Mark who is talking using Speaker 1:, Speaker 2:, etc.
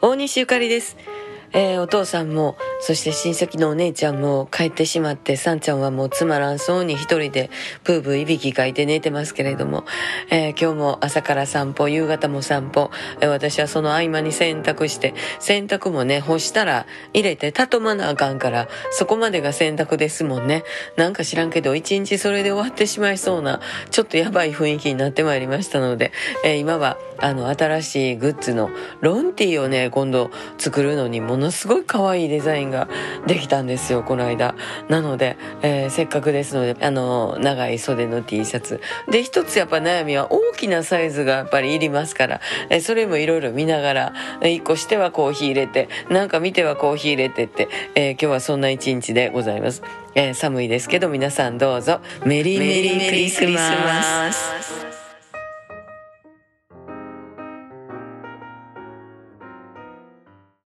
Speaker 1: 大西ゆかりです。お父さんもそして親戚のお姉ちゃんも帰ってしまって、さんちゃんはもうつまらんそうに一人でブーブーいびきかいて寝てますけれども、今日も朝から散歩、夕方も散歩、私はその合間に洗濯して、洗濯もね干したら入れて畳まなあかんから、そこまでが洗濯ですもんね。なんか知らんけど一日それで終わってしまいそうなちょっとやばい雰囲気になってまいりましたので、今は新しいグッズのロンティーをね今度作るのにものすごい可愛いデザインができたんですよ、この間。なので、せっかくですので長い袖の T シャツで、一つやっぱ悩みは大きなサイズがやっぱりいりますから、それもいろいろ見ながら、一個してはコーヒー入れて、なんか見てはコーヒー入れてって、今日はそんな一日でございます。寒いですけど皆さんどうぞメリーメリークリスマス。